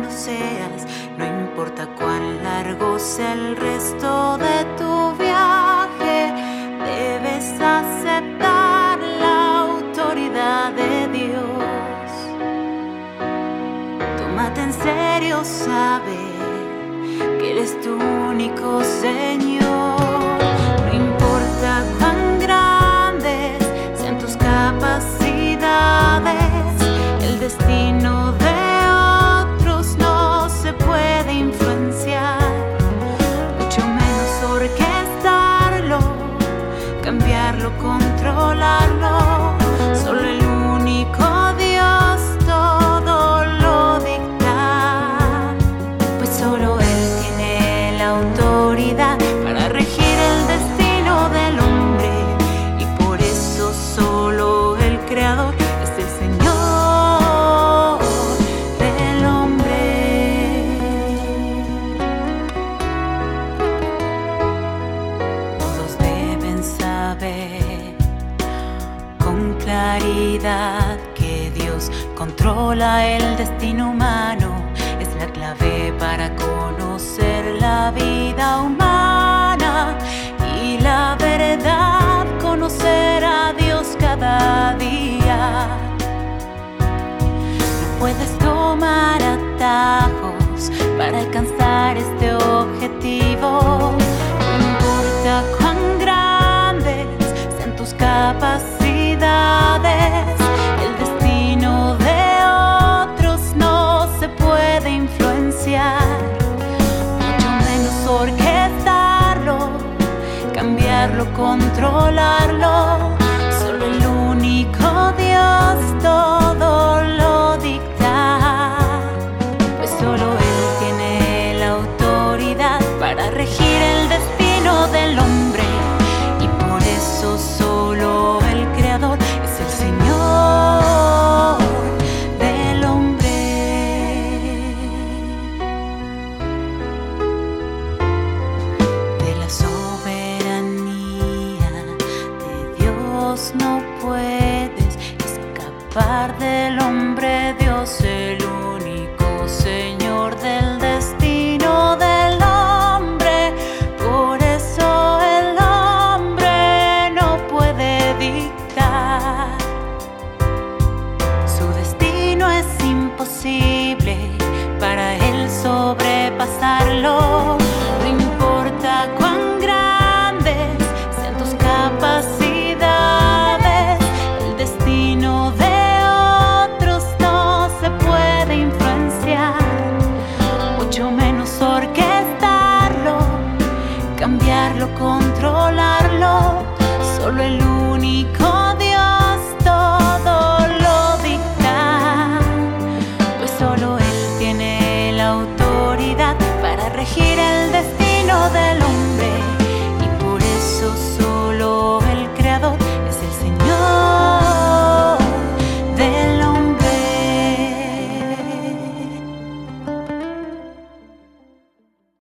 cuando seas, no importa cuán largo sea el resto de tu viaje, debes aceptar la autoridad de Dios. Tómate en serio saber que Él es tu único Señor. No importa cuán grandes sean tus capacidades, el destino de otros no se puede influenciar, mucho menos orquestarlo, cambiarlo, controlarlo. Solo el único Dios todo lo dicta, pues solo Él tiene la autoridad para regir el destino del hombre, y por eso solo el Creador es el Señor del hombre. Todos deben saber con claridad que Dios controla el destino humano. Es la clave para conocer la vida humana y la verdad, conocer a Dios cada día. No puedes tomar atajos para alcanzar este objetivo. No importa cuán grandes sean tus capacidades, el destino de otros no se puede influenciar, mucho menos orquestarlo, cambiarlo, controlarlo. Solo el único Dios todo